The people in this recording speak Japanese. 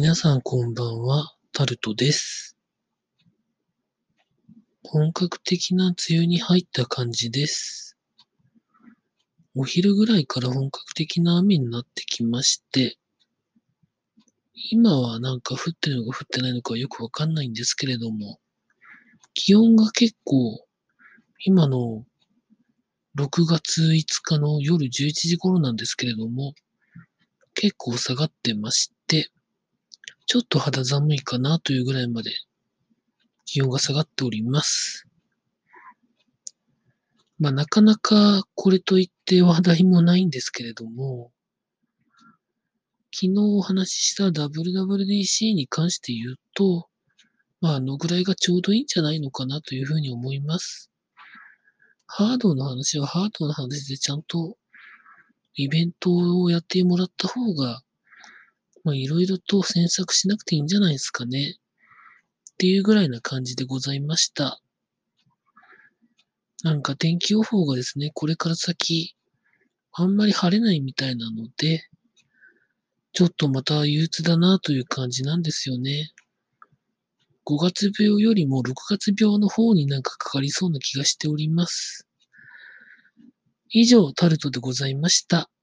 皆さんこんばんは、タルトです。本格的な梅雨に入った感じです。お昼ぐらいから本格的な雨になってきまして、今はなんか降ってるのか降ってないのかよくわかんないんですけれども、気温が結構、今の6月5日の夜11時頃なんですけれども、結構下がってまして、ちょっと肌寒いかなというぐらいまで気温が下がっております。なかなかこれといって話題もないんですけれども、昨日お話しした WWDC に関して言うと、あのぐらいがちょうどいいんじゃないのかなというふうに思います。ハードの話はハードの話でちゃんとイベントをやってもらった方が、いろいろと詮索しなくていいんじゃないですかね。っていうぐらいな感じでございました。なんか天気予報がですね、これから先、あんまり晴れないみたいなので、ちょっとまた憂鬱だなという感じなんですよね。5月病よりも6月病の方になんかかかりそうな気がしております。以上、タルトでございました。